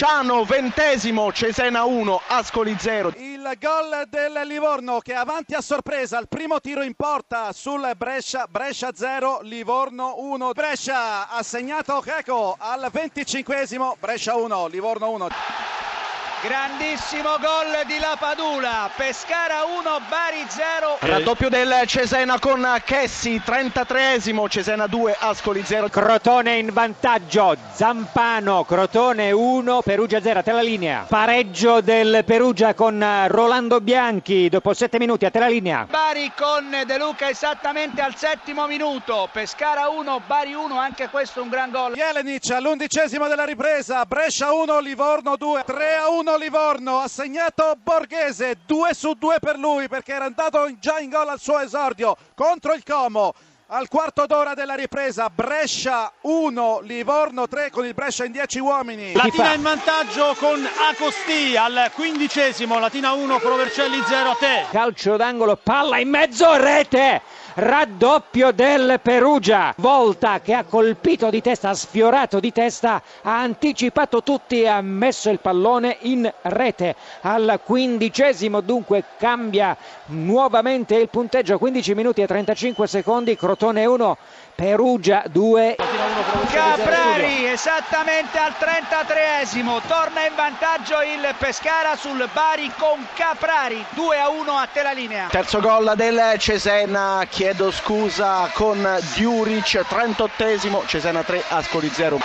Ciano, 20esimo, Cesena 1, Ascoli 0. Il gol del Livorno che è avanti a sorpresa, il primo tiro in porta sul Brescia 0, Livorno 1. Brescia ha segnato Checo al 25esimo, Brescia 1, Livorno 1. Grandissimo gol di Lapadula, Pescara 1, Bari 0. Raddoppio del Cesena con Chessi, 33esimo, Cesena 2, Ascoli 0. Crotone in vantaggio, Zampano, Crotone 1, Perugia 0, a te la linea. Pareggio del Perugia con Rolando Bianchi dopo 7 minuti, a te la linea. Bari con De Luca esattamente al 7° minuto, Pescara 1, Bari 1, anche questo un gran gol. Jelenic all'11esimo della ripresa, Brescia 1, Livorno 2, 3-1 Livorno, ha segnato Borghese, 2-2 per lui perché era andato già in gol al suo esordio contro il Como. Al quarto d'ora della ripresa, Brescia 1, Livorno 3 con il Brescia in 10 uomini. Latina in vantaggio con Acosti al 15esimo, Latina 1, Provercelli 0, a te. Calcio d'angolo, palla in mezzo, rete! Raddoppio del Perugia, Volta che ha colpito di testa, ha sfiorato di testa, ha anticipato tutti e ha messo il pallone in rete al 15esimo, dunque cambia nuovamente il punteggio, 15 minuti e 35 secondi, Crotone 1, Perugia 2. Caprari esattamente al 33esimo, torna in vantaggio il Pescara sul Bari con Caprari, 2-1, a te la linea. Terzo gol del Cesena, chiedo scusa, con Diuric, 38esimo, Cesena 3, Ascoli 0.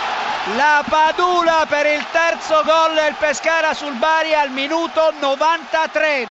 Lapadula per il terzo gol del Pescara sul Bari al minuto 93.